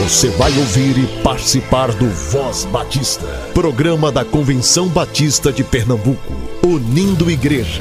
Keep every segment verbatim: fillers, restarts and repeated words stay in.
Você vai ouvir e participar do Voz Batista, programa da Convenção Batista de Pernambuco, unindo igreja.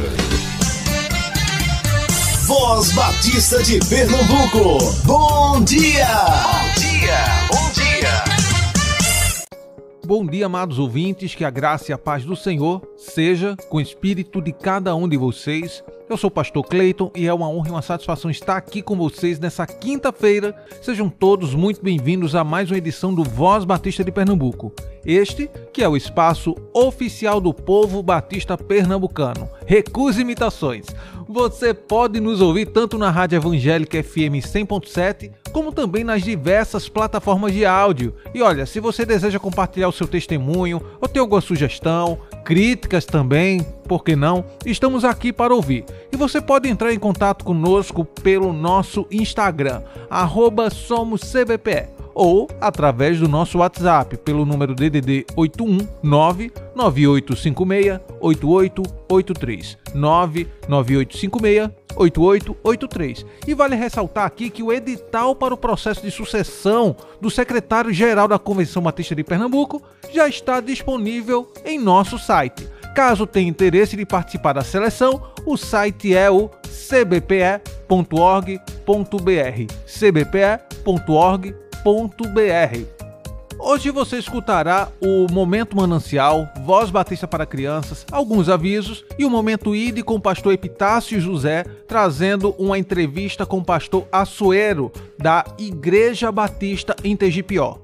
Voz Batista de Pernambuco, bom dia! Bom dia, bom dia! Bom dia, amados ouvintes, que a graça e a paz do Senhor seja com o espírito de cada um de vocês. Eu sou o pastor Cleiton e é uma honra e uma satisfação estar aqui com vocês nessa quinta-feira. Sejam todos muito bem-vindos a mais uma edição do Voz Batista de Pernambuco. Este que é o espaço oficial do povo batista pernambucano. Recusa imitações. Você pode nos ouvir tanto na Rádio Evangélica F M cem ponto sete, como também nas diversas plataformas de áudio. E olha, se você deseja compartilhar o seu testemunho, ou tem alguma sugestão, críticas também, por que não? Estamos aqui para ouvir. E você pode entrar em contato conosco pelo nosso Instagram, arroba somoscbpe, ou através do nosso WhatsApp, pelo número D D D oito um nove nove oito cinco seis oito oito oito três, nove nove oito cinco seis oito oito oito três. E vale ressaltar aqui que o edital para o processo de sucessão do secretário-geral da Convenção Batista de Pernambuco já está disponível em nosso site. Caso tenha interesse de participar da seleção, o site é o c b p e ponto org ponto b r, c b p e ponto org ponto b r. Hoje você escutará o Momento Manancial, Voz Batista para Crianças, alguns avisos e o Momento I D com o pastor Epitácio José, trazendo uma entrevista com o pastor Assuero, da Igreja Batista em Tegipió.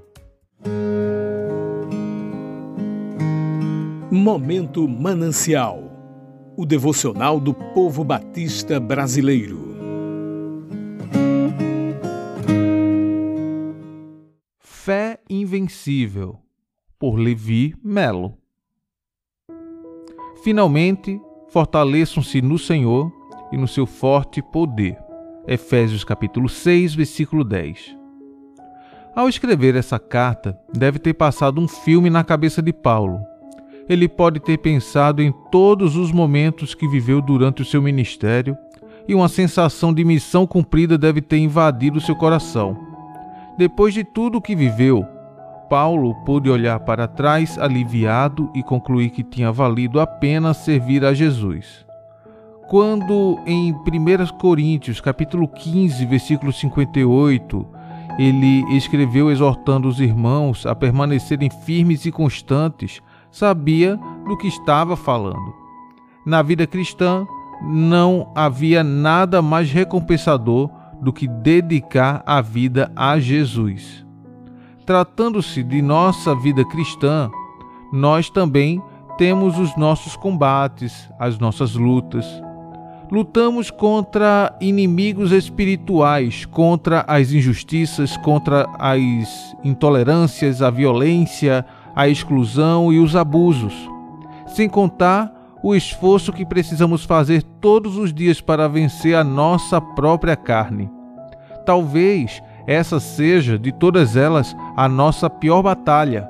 Momento Manancial, o devocional do povo batista brasileiro. Fé Invencível, por Levi Melo. Finalmente, fortaleçam-se no Senhor e no seu forte poder. Efésios capítulo seis, versículo dez. Ao escrever essa carta, deve ter passado um filme na cabeça de Paulo. Ele pode ter pensado em todos os momentos que viveu durante o seu ministério e uma sensação de missão cumprida deve ter invadido seu coração. Depois de tudo o que viveu, Paulo pôde olhar para trás aliviado e concluir que tinha valido a pena servir a Jesus. Quando em primeira Coríntios, capítulo quinze, versículo cinquenta e oito, ele escreveu exortando os irmãos a permanecerem firmes e constantes, sabia do que estava falando. Na vida cristã, não havia nada mais recompensador do que dedicar a vida a Jesus. Tratando-se de nossa vida cristã, nós também temos os nossos combates, as nossas lutas. Lutamos contra inimigos espirituais, contra as injustiças, contra as intolerâncias, a violência, a exclusão e os abusos, sem contar o esforço que precisamos fazer todos os dias para vencer a nossa própria carne. Talvez essa seja, de todas elas, a nossa pior batalha.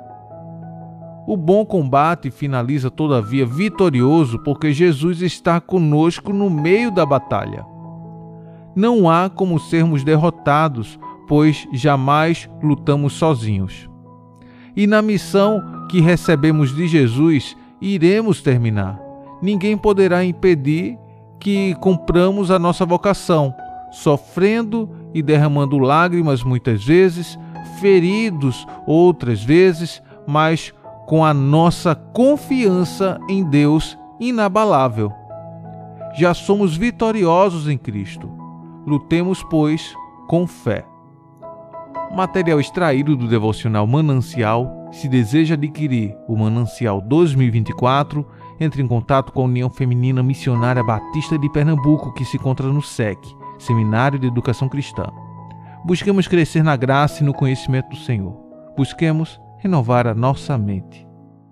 O bom combate finaliza, todavia, vitorioso, porque Jesus está conosco no meio da batalha. Não há como sermos derrotados, pois jamais lutamos sozinhos. E na missão que recebemos de Jesus, iremos terminar. Ninguém poderá impedir que cumpramos a nossa vocação, sofrendo e derramando lágrimas muitas vezes, feridos outras vezes, mas com a nossa confiança em Deus inabalável. Já somos vitoriosos em Cristo. Lutemos, pois, com fé. Material extraído do devocional Manancial. Se deseja adquirir o Manancial dois mil e vinte e quatro, entre em contato com a União Feminina Missionária Batista de Pernambuco, que se encontra no S E C, Seminário de Educação Cristã. Busquemos crescer na graça e no conhecimento do Senhor. Busquemos renovar a nossa mente.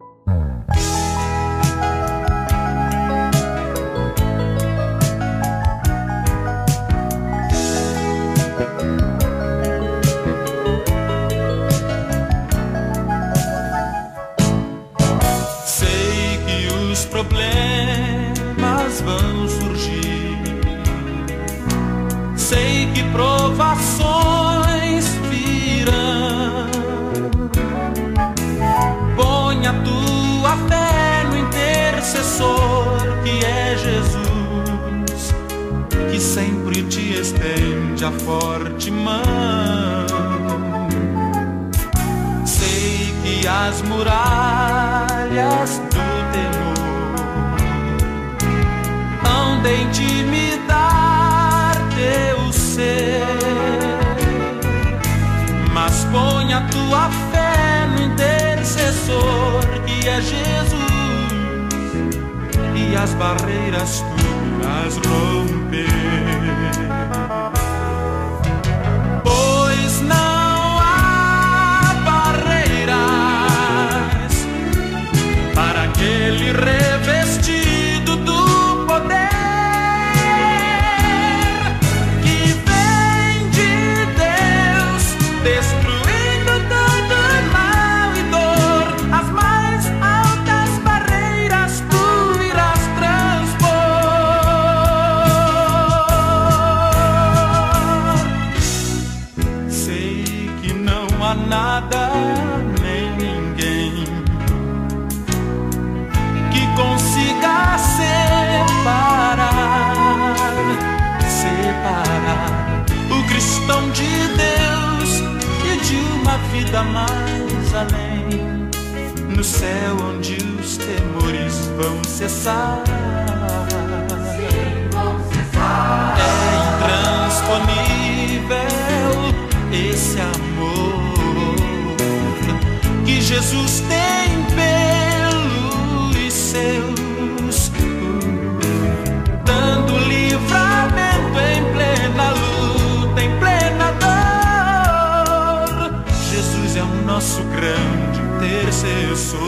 Problemas vão surgir, sei que provações virão, estende a forte mão. Sei que as muralhas do temor hão de intimidar teu ser, mas põe a tua fé no intercessor que é Jesus, e as barreiras tu irás romper. Pois não há barreiras para aquele revestido do poder que vem de Deus, destruindo todo mal e dor. As mais altas barreiras tu irás transpor. Sei que não há nada nem ninguém que consiga separar, separar o cristão de Deus e de uma vida mais além, no céu onde os temores vão cessar. É intransponível esse amor que Jesus tem pelos seus, dando livramento em plena luta, em plena dor. Jesus é o nosso grande intercessor.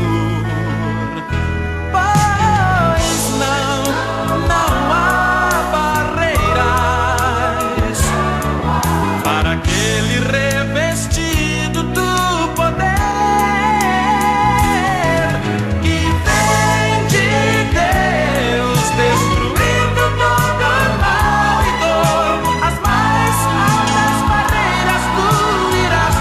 Pois não, não há barreiras para aquele revestido do poder que vem de Deus, destruindo todo mal e dor. As mais altas barreiras tu irás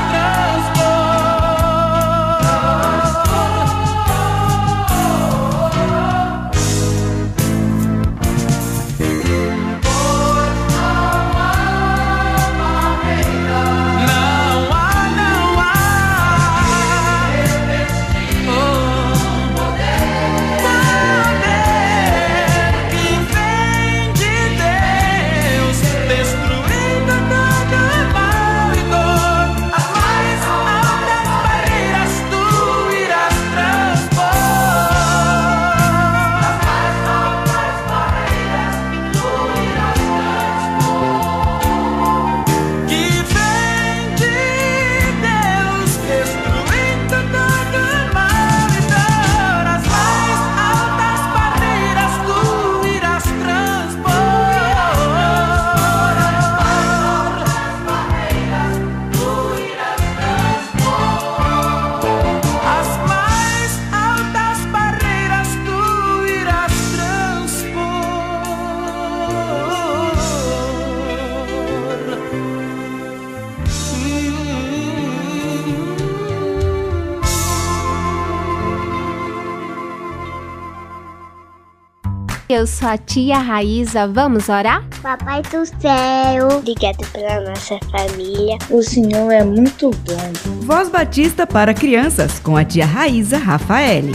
Não há, não há poder que vem de Deus, destruindo todo mal e dor. As mais altas barreiras tu irás transpor. As mais altas barreiras tu irás transpor. Que vem de Deus, destruindo todo mal e dor. As mais altas barreiras tu irás transpor. As mais altas barreiras tu irás transpor. Eu sou a tia Raíza, vamos orar? Papai do céu, obrigado pela nossa família. O Senhor é muito bom. Voz Batista para crianças, com a tia Raíza Rafaele.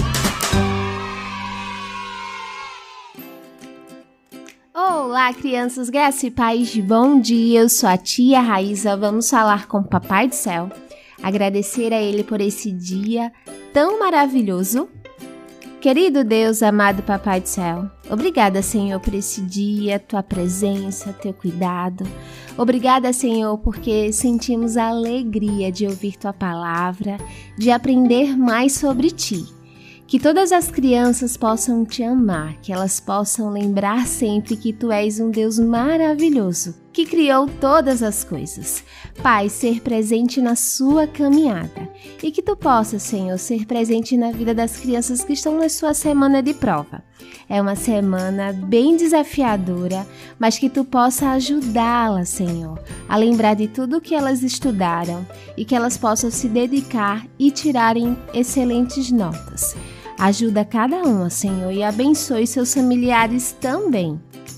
Olá, crianças, graça e paz, bom dia. Eu sou a tia Raíza, vamos falar com o Papai do Céu. Agradecer a Ele por esse dia tão maravilhoso. Querido Deus, amado Papai do Céu, obrigada, Senhor, por esse dia, Tua presença, Teu cuidado. Obrigada, Senhor, porque sentimos a alegria de ouvir Tua palavra, de aprender mais sobre Ti. Que todas as crianças possam Te amar, que elas possam lembrar sempre que Tu és um Deus maravilhoso, que criou todas as coisas. Pai, ser presente na sua caminhada e que Tu possas, Senhor, ser presente na vida das crianças que estão na sua semana de prova. É uma semana bem desafiadora, mas que Tu possa ajudá-las, Senhor, a lembrar de tudo o que elas estudaram e que elas possam se dedicar e tirarem excelentes notas. Ajuda cada uma, Senhor, e abençoe seus familiares também.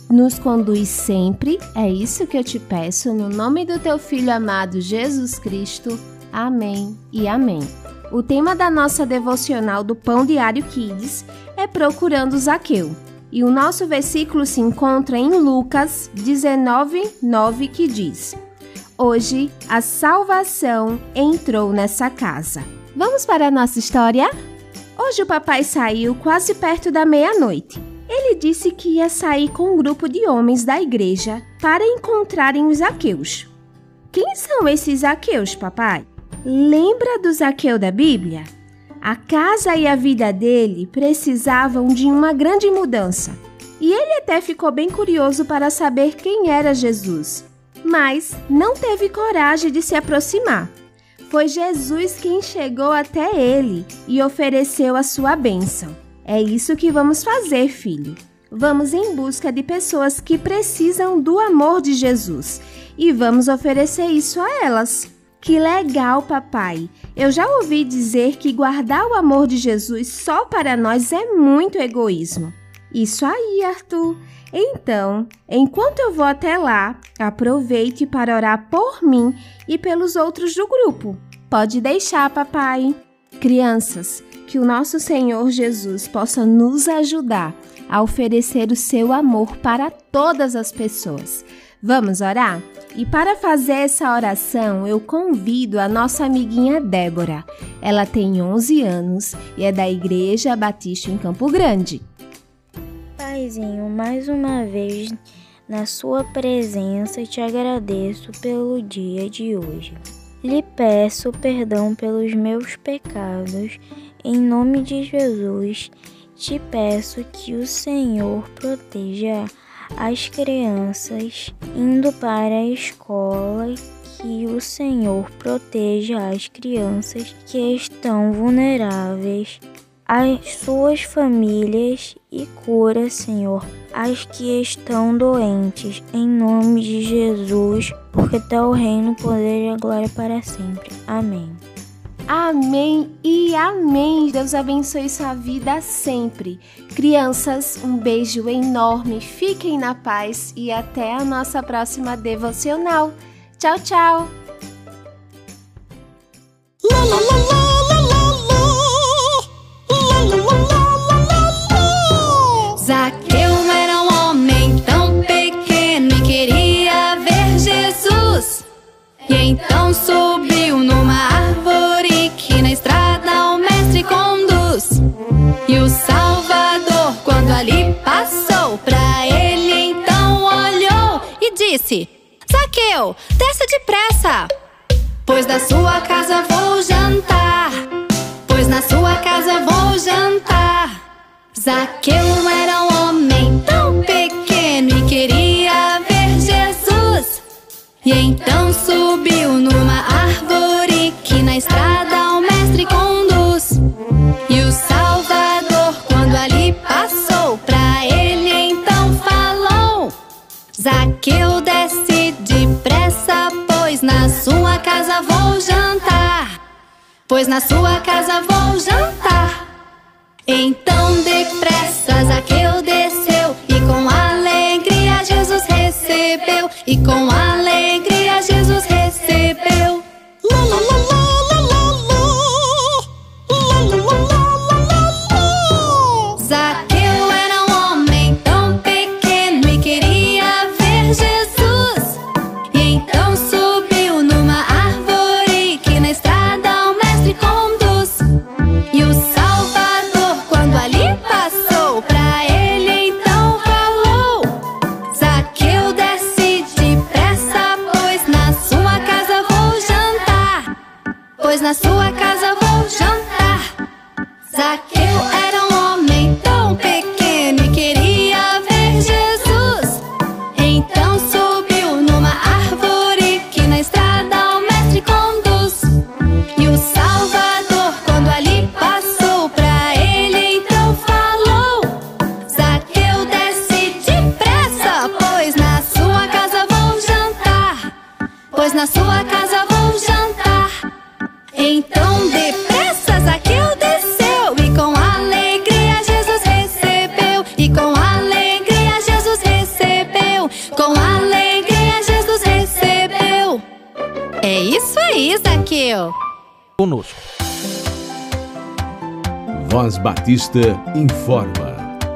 nos conduz sempre. É isso que eu te peço, no nome do teu Filho amado Jesus Cristo. Amém e amém. O tema da nossa devocional do Pão Diário Kids é Procurando Zaqueu. E o nosso versículo se encontra em Lucas dezenove, nove, que diz: Hoje a salvação entrou nessa casa. Vamos para a nossa história? Hoje o papai saiu quase perto da meia-noite. Ele disse que ia sair com um grupo de homens da igreja para encontrarem os Zaqueus. Quem são esses Zaqueus, papai? Lembra do Zaqueu da Bíblia? A casa e a vida dele precisavam de uma grande mudança. E ele até ficou bem curioso para saber quem era Jesus, mas não teve coragem de se aproximar. Foi Jesus quem chegou até ele e ofereceu a sua bênção. É isso que vamos fazer, filho. Vamos em busca de pessoas que precisam do amor de Jesus e vamos oferecer isso a elas. Que legal, papai! Eu já ouvi dizer que guardar o amor de Jesus só para nós é muito egoísmo. Isso aí, Arthur! Então, enquanto eu vou até lá, aproveite para orar por mim e pelos outros do grupo. Pode deixar, papai! Crianças, que o nosso Senhor Jesus possa nos ajudar a oferecer o seu amor para todas as pessoas. Vamos orar? E para fazer essa oração, eu convido a nossa amiguinha Débora. Ela tem onze anos e é da Igreja Batista em Campo Grande. Paizinho, mais uma vez, na sua presença, te agradeço pelo dia de hoje. Lhe peço perdão pelos meus pecados. Em nome de Jesus, te peço que o Senhor proteja as crianças indo para a escola, que o Senhor proteja as crianças que estão vulneráveis, as suas famílias e cura, Senhor, as que estão doentes, em nome de Jesus, porque teu reino, o poder e a glória para sempre. Amém. Amém e amém. Deus abençoe sua vida sempre. Crianças, um beijo enorme. Fiquem na paz e até a nossa próxima devocional. Tchau, tchau. Zaqueu era um homem tão pequeno e queria ver Jesus. E então subiu numa árvore que na estrada o mestre conduz. E o Salvador, quando ali passou, pra ele então olhou e disse: Zaqueu, desça depressa, pois da sua casa vou jantar. Pois na sua casa vou jantar. Zaqueu era um homem tão pequeno e queria ver Jesus. E então subiu numa árvore que na estrada o mestre conduz. E o Salvador, quando ali passou, pra ele então falou: Zaqueu, desce depressa, pois na sua casa vou jantar. Pois na sua casa vou jantar. Então depressa Zaqueu desceu e com alegria Jesus recebeu. E com alegria Jesus recebeu. Zaqueu era um homem tão pequeno e queria ver Jesus. E então subiu numa árvore que na estrada o mestre conduz. E o Salvador, quando ali passou, pra ele então falou: Zaqueu, desce depressa, pois na sua casa vou jantar. Pois na sua casa vou jantar. Zaqueu era um homem tão pequeno e queria ver Jesus. Então subiu numa árvore que na estrada o mestre conduz. E o Salvador, quando ali passou, pra ele então falou: Zaqueu, desce depressa, pois na sua casa vou jantar. Pois na sua casa vou jantar. Então depressa Zaqueu desceu e com É isso aí, Zaqueu. Conosco. Voz Batista informa.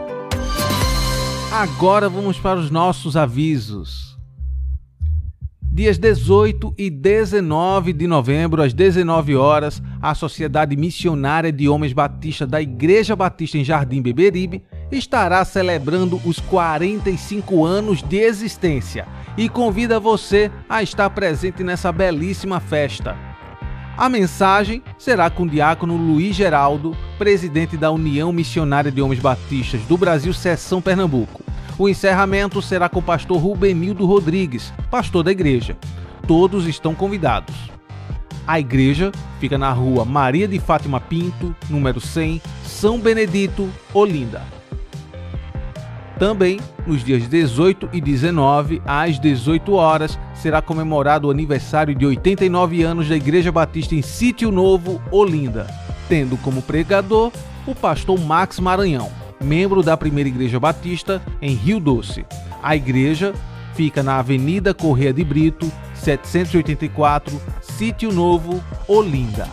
Agora vamos para os nossos avisos. Dias dezoito e dezenove de novembro, às dezenove horas, a Sociedade Missionária de Homens Batistas da Igreja Batista em Jardim Beberibe estará celebrando os quarenta e cinco anos de existência e convida você a estar presente nessa belíssima festa. A mensagem será com o diácono Luiz Geraldo, presidente da União Missionária de Homens Batistas do Brasil, Seção Pernambuco. O encerramento será com o pastor Rubenildo Rodrigues, pastor da igreja. Todos estão convidados. A igreja fica na rua Maria de Fátima Pinto, número cem, São Benedito, Olinda. Também, nos dias dezoito e dezenove, às dezoito horas, será comemorado o aniversário de oitenta e nove anos da Igreja Batista em Sítio Novo, Olinda, tendo como pregador o pastor Max Maranhão, membro da Primeira Igreja Batista em Rio Doce. A igreja fica na Avenida Correia de Brito, setecentos e oitenta e quatro, Sítio Novo, Olinda.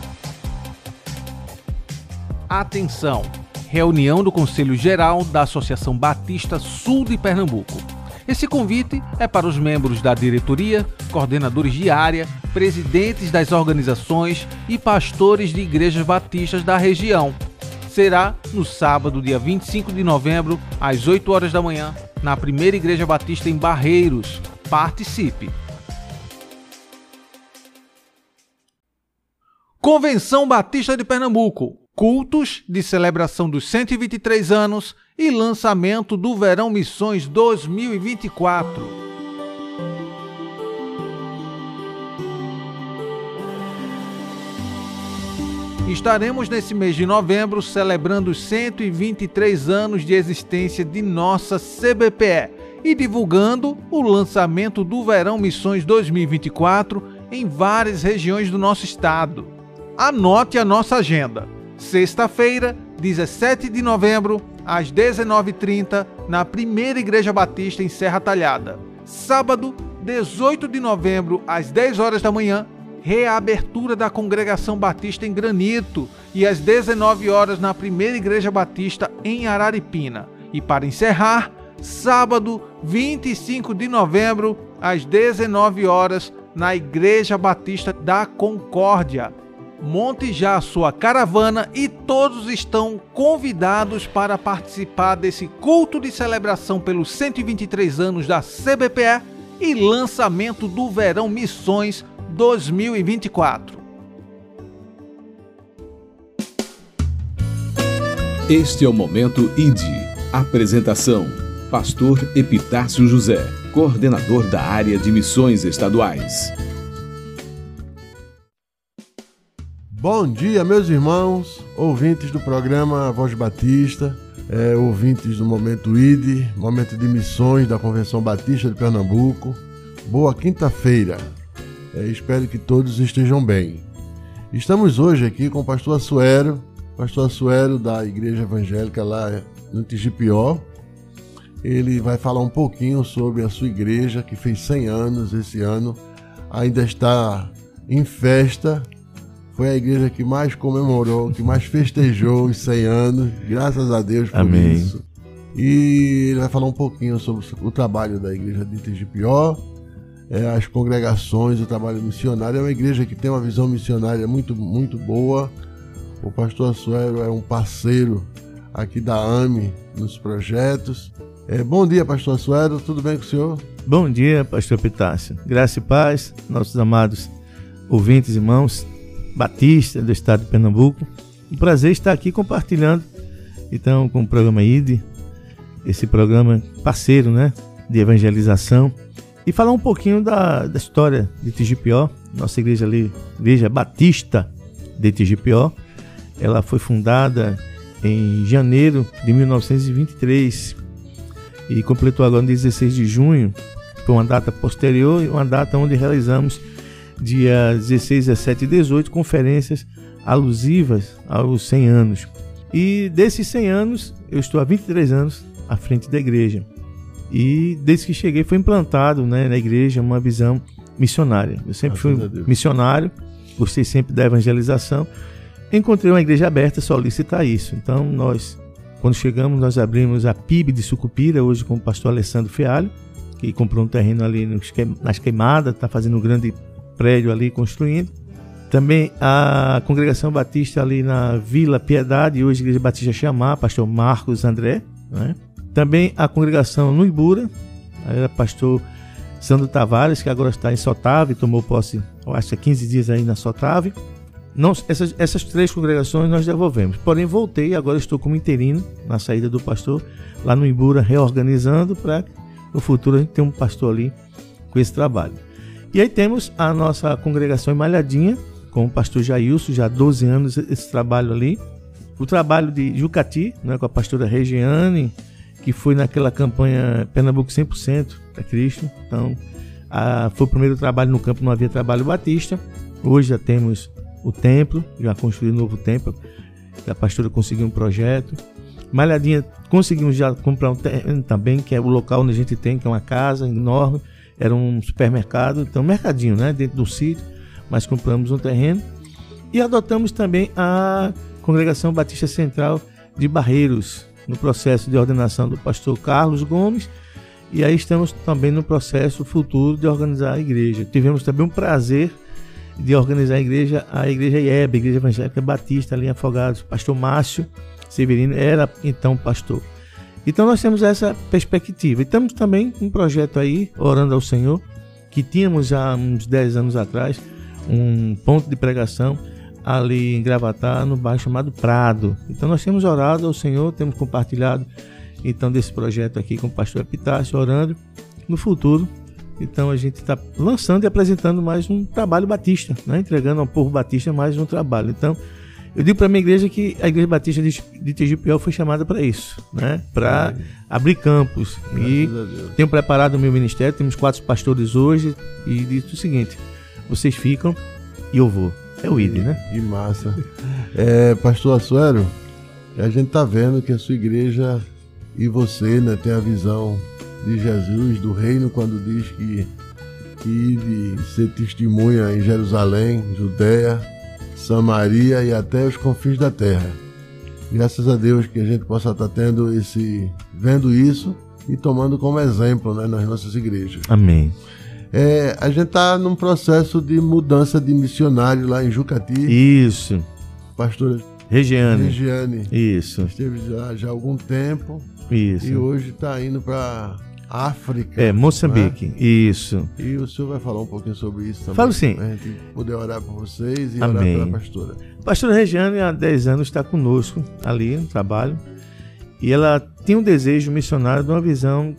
Atenção! Reunião do Conselho Geral da Associação Batista Sul de Pernambuco. Esse convite é para os membros da diretoria, coordenadores de área, presidentes das organizações e pastores de igrejas batistas da região. Será no sábado, dia vinte e cinco de novembro, às oito horas da manhã, na Primeira Igreja Batista em Barreiros. Participe! Convenção Batista de Pernambuco. Cultos de celebração dos cento e vinte e três anos e lançamento do Verão Missões dois mil e vinte e quatro. Estaremos nesse mês de novembro celebrando os cento e vinte e três anos de existência de nossa C B P E e divulgando o lançamento do Verão Missões dois mil e vinte e quatro em várias regiões do nosso estado. Anote a nossa agenda. Sexta-feira, dezessete de novembro, às dezenove e trinta, na Primeira Igreja Batista em Serra Talhada. Sábado, dezoito de novembro, às dez horas da manhã, reabertura da Congregação Batista em Granito e às dezenove horas na Primeira Igreja Batista em Araripina. E para encerrar, sábado, vinte e cinco de novembro, às dezenove horas, na Igreja Batista da Concórdia. Monte já a sua caravana e todos estão convidados para participar desse culto de celebração pelos cento e vinte e três anos da C B P E e lançamento do Verão Missões dois mil e vinte e quatro. Este é o Momento I D. Apresentação: Pastor Epitácio José, coordenador da área de missões estaduais. Bom dia, meus irmãos, ouvintes do programa Voz Batista, é, ouvintes do Momento I D, Momento de Missões da Convenção Batista de Pernambuco. Boa quinta-feira, é, espero que todos estejam bem. Estamos hoje aqui com o pastor Assuero, pastor Assuero da Igreja Evangélica lá no Tigipió. Ele vai falar um pouquinho sobre a sua igreja, que fez cem anos esse ano, ainda está em festa. Foi a igreja que mais comemorou, que mais festejou os cem anos, graças a Deus por Amém. Isso. E ele vai falar um pouquinho sobre o trabalho da igreja de Tigipió, é, as congregações, o trabalho missionário. É uma igreja que tem uma visão missionária muito, muito boa. O pastor Assuero é um parceiro aqui da A M E nos projetos. É, bom dia, pastor Assuero, tudo bem com o senhor? Bom dia, pastor Epitácio. Graça e paz, nossos amados ouvintes e irmãos Batista do estado de Pernambuco. Um prazer estar aqui compartilhando então com o programa I D, esse programa parceiro, né, de evangelização, e falar um pouquinho da, da história de Tigipió. Nossa igreja ali, Igreja Batista de Tigipió, ela foi fundada em janeiro de mil novecentos e vinte e três e completou agora no dezesseis de junho. Foi uma data posterior e uma data onde realizamos dia dezesseis, dezessete e dezoito, conferências alusivas aos cem anos. E desses cem anos, eu estou há vinte e três anos à frente da igreja. E desde que cheguei foi implantado, né, na igreja uma visão missionária. Eu sempre Graças fui missionário, gostei sempre da evangelização. Encontrei uma igreja aberta só solicitar isso. Então, nós, quando chegamos, nós abrimos a P I B de Sucupira, hoje com o pastor Alessandro Fealho, que comprou um terreno ali nas Queimadas, está fazendo um grande prédio ali, construindo. Também a Congregação Batista ali na Vila Piedade, hoje a Igreja Batista Chamar, pastor Marcos André, né? Também a congregação no Ibura, era pastor Sandro Tavares, que agora está em Sotave, tomou posse, eu acho que há quinze dias aí na Sotave. Não, essas, essas três congregações nós devolvemos. Porém, voltei e agora estou como interino na saída do pastor, lá no Ibura, reorganizando para no futuro a gente ter um pastor ali com esse trabalho. E aí temos a nossa congregação em Malhadinha, com o pastor Jailson, já há doze anos esse trabalho ali. O trabalho de Jucati, né, com a pastora Regiane, que foi naquela campanha Pernambuco cem por cento para Cristo. Então, a, foi o primeiro trabalho no campo, não havia trabalho batista. Hoje já temos o templo, já construí um novo templo. A pastora conseguiu um projeto. Malhadinha, conseguimos já comprar um terreno também, que é o local onde a gente tem, que é uma casa enorme. Era um supermercado, então um mercadinho, né, dentro do sítio. Mas compramos um terreno. E adotamos também a Congregação Batista Central de Barreiros, no processo de ordenação do pastor Carlos Gomes, e aí estamos também no processo futuro de organizar a igreja. Tivemos também o prazer de organizar a igreja, a igreja I E B, a Igreja Evangélica Batista, ali em Afogados. O pastor Márcio Severino era então pastor. Então nós temos essa perspectiva. E temos também um projeto aí, orando ao Senhor, que tínhamos há uns dez anos atrás, um ponto de pregação ali em Gravatá, no bairro chamado Prado. Então nós temos orado ao Senhor, temos compartilhado então desse projeto aqui com o pastor Epitácio, orando no futuro. Então a gente está lançando e apresentando mais um trabalho batista, né? Entregando ao povo batista mais um trabalho. Então eu digo para a minha igreja que a Igreja Batista de, de Tegipió foi chamada para isso, né? Para abrir campos. Graças e tenho preparado o meu ministério, temos quatro pastores hoje, e disse o seguinte: vocês ficam e eu vou. É o I D, né? Que massa. É, pastor Assuero, a gente tá vendo que a sua igreja e você, né, tem a visão de Jesus, do reino, quando diz que, que de ser testemunha em Jerusalém, Judéia, Samaria e até os confins da terra. Graças a Deus que a gente possa estar tendo esse, vendo isso e tomando como exemplo, né, nas nossas igrejas. Amém. É, a gente está num processo de mudança de missionário lá em Jucati. Isso. Pastora Regiane. Regiane. Isso. Esteve já, já há algum tempo. Isso. E hoje está indo para África. É, Moçambique. Né? Isso. E o senhor vai falar um pouquinho sobre isso também. Falo sim. Para a gente poder orar por vocês e Amém. orar pela pastora. A pastora Regiane, há dez anos, está conosco ali no trabalho. E ela tem um desejo missionário de uma visão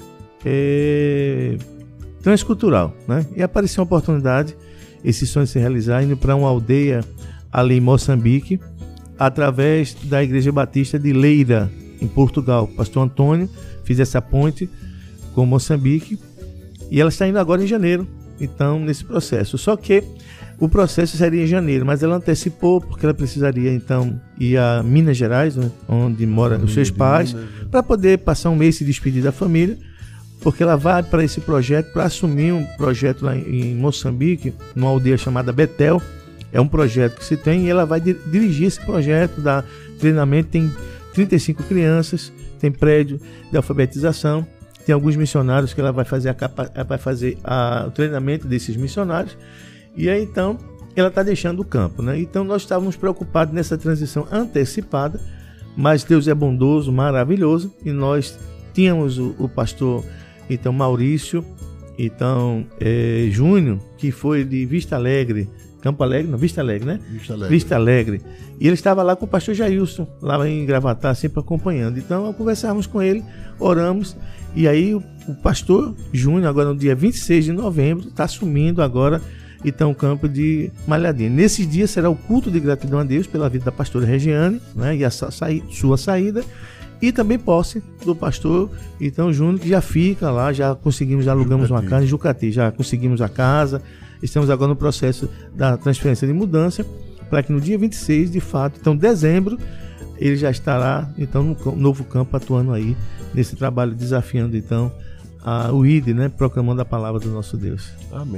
é, transcultural, né? E apareceu uma oportunidade, esse sonho se realizar, indo para uma aldeia ali em Moçambique, através da Igreja Batista de Leira, em Portugal. O pastor Antônio fez essa ponte com Moçambique e ela está indo agora em janeiro, então, nesse processo. Só que o processo seria em janeiro, mas ela antecipou porque ela precisaria, então, ir a Minas Gerais, né, onde moram os seus pais, para poder passar um mês e se despedir da família, porque ela vai para esse projeto, para assumir um projeto lá em Moçambique, numa aldeia chamada Betel. É um projeto que se tem e ela vai dirigir esse projeto, dar treinamento. Tem trinta e cinco crianças, tem prédio de alfabetização, tem alguns missionários que ela vai fazer, a capa, vai fazer a, o treinamento desses missionários. E aí então ela está deixando o campo, né? Então nós estávamos preocupados nessa transição antecipada, mas Deus é bondoso, maravilhoso, e nós tínhamos o, o pastor então Maurício, então é, Júnior, que foi de Vista Alegre, Campo Alegre, não, Vista Alegre, né? Vista Alegre. Vista Alegre. E ele estava lá com o pastor Jailson, lá em Gravatá, sempre acompanhando. Então, ao conversarmos com ele, oramos, e aí o, o pastor Júnior, agora no dia vinte e seis de novembro, está assumindo agora, então, o campo de Malhadinha. Nesse dia será o culto de gratidão a Deus pela vida da pastora Regiane, né? E a sa- sua saída, e também posse do pastor então Júnior, que já fica lá, já conseguimos, já alugamos Jucati. uma casa em Jucati, já conseguimos a casa, estamos agora no processo da transferência de mudança, para que no dia vinte e seis, de fato, então dezembro, ele já estará então no novo campo, atuando aí nesse trabalho, desafiando então a, o I D, né, proclamando a palavra do nosso Deus. Amém.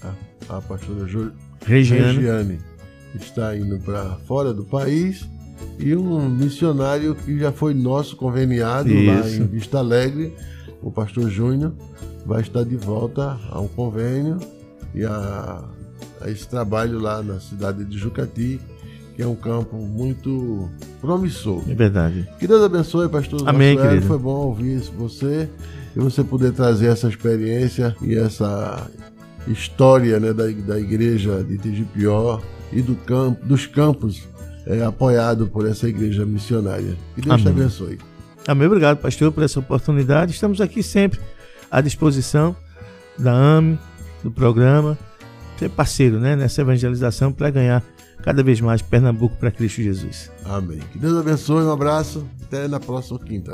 a, a pastora Ju, Regiane. Regiane está indo para fora do país, e um missionário que já foi nosso conveniado Isso. lá em Vista Alegre, o pastor Júnior, vai estar de volta ao convênio e a, a esse trabalho lá na cidade de Jucati, que é um campo muito promissor. É verdade. Que Deus abençoe, pastor. Amém, querido. Foi bom ouvir você e você poder trazer essa experiência e essa história, né, da, da igreja de Tegipió e do campo, dos campos é, apoiado por essa igreja missionária. Que Deus Amém. Te abençoe. Amém. Obrigado, pastor, por essa oportunidade. Estamos aqui sempre à disposição da A M E, do programa, ser parceiro, né, nessa evangelização para ganhar cada vez mais Pernambuco para Cristo Jesus. Amém. Que Deus abençoe, um abraço, até na próxima quinta.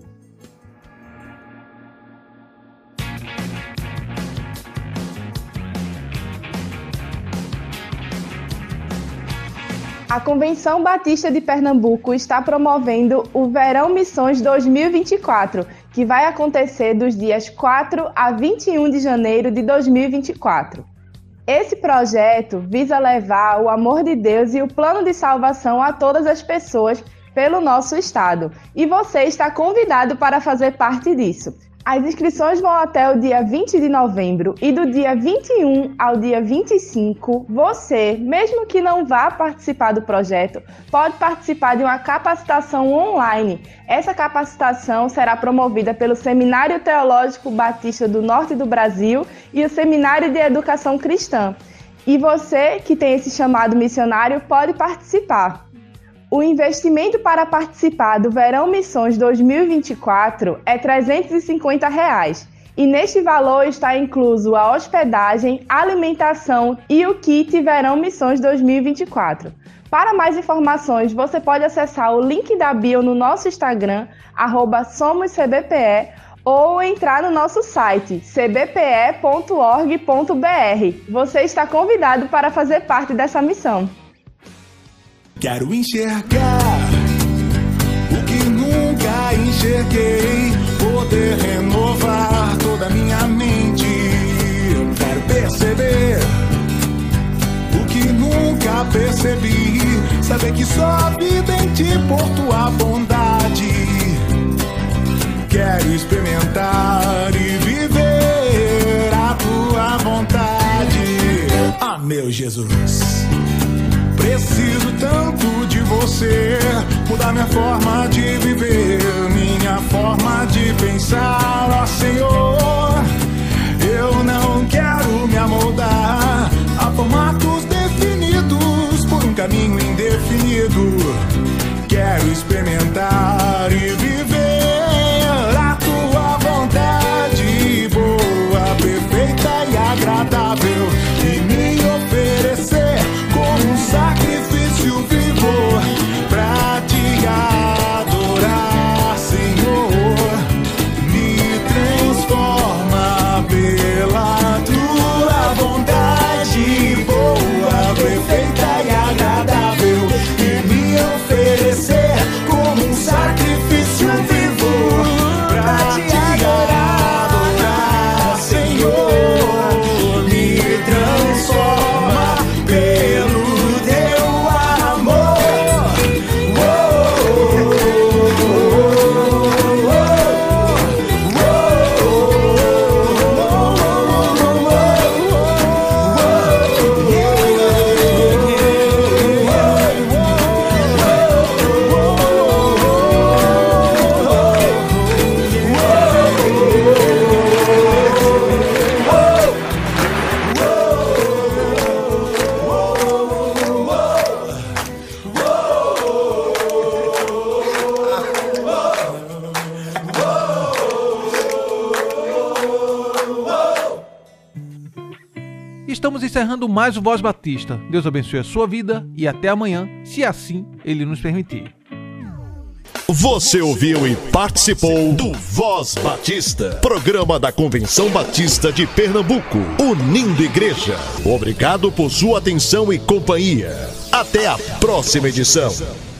A Convenção Batista de Pernambuco está promovendo o Verão Missões dois mil e vinte e quatro, que vai acontecer dos dias quatro a vinte e um de janeiro de dois mil e vinte e quatro. Esse projeto visa levar o amor de Deus e o plano de salvação a todas as pessoas pelo nosso estado, e você está convidado para fazer parte disso. As inscrições vão até o dia vinte de novembro, e do dia vinte e um ao dia vinte e cinco, você, mesmo que não vá participar do projeto, pode participar de uma capacitação online. Essa capacitação será promovida pelo Seminário Teológico Batista do Norte do Brasil e o Seminário de Educação Cristã. E você, que tem esse chamado missionário, pode participar. O investimento para participar do Verão Missões dois mil e vinte e quatro é trezentos e cinquenta reais, e neste valor está incluso a hospedagem, alimentação e o kit Verão Missões dois mil e vinte e quatro. Para mais informações, você pode acessar o link da bio no nosso Instagram, arroba somos C B P E, ou entrar no nosso site, c b p e ponto org ponto b r. Você está convidado para fazer parte dessa missão. Quero enxergar o que nunca enxerguei, poder renovar toda a minha mente. Quero perceber o que nunca percebi, saber que só vive em ti por tua bondade. Quero experimentar e viver a tua vontade. Ah, meu Jesus, preciso tanto de você, mudar minha forma de viver, minha forma de pensar, ó Senhor. Eu não quero me amoldar a formatos definidos por um caminho indefinido. Quero experimentar e viver a tua vontade boa, perfeita e agradável, e me oferecer como um sacrifício vivo pra te adorar, Senhor. Me transforma pela tua vontade boa, perfeita e agradável, e me oferecer como um sacrifício vivo pra te adorar, Senhor. Me transforma pelo Estamos encerrando mais o Voz Batista. Deus abençoe a sua vida e até amanhã, se assim Ele nos permitir. Você ouviu e participou do Voz Batista, programa da Convenção Batista de Pernambuco, unindo igreja. Obrigado por sua atenção e companhia. Até a próxima edição.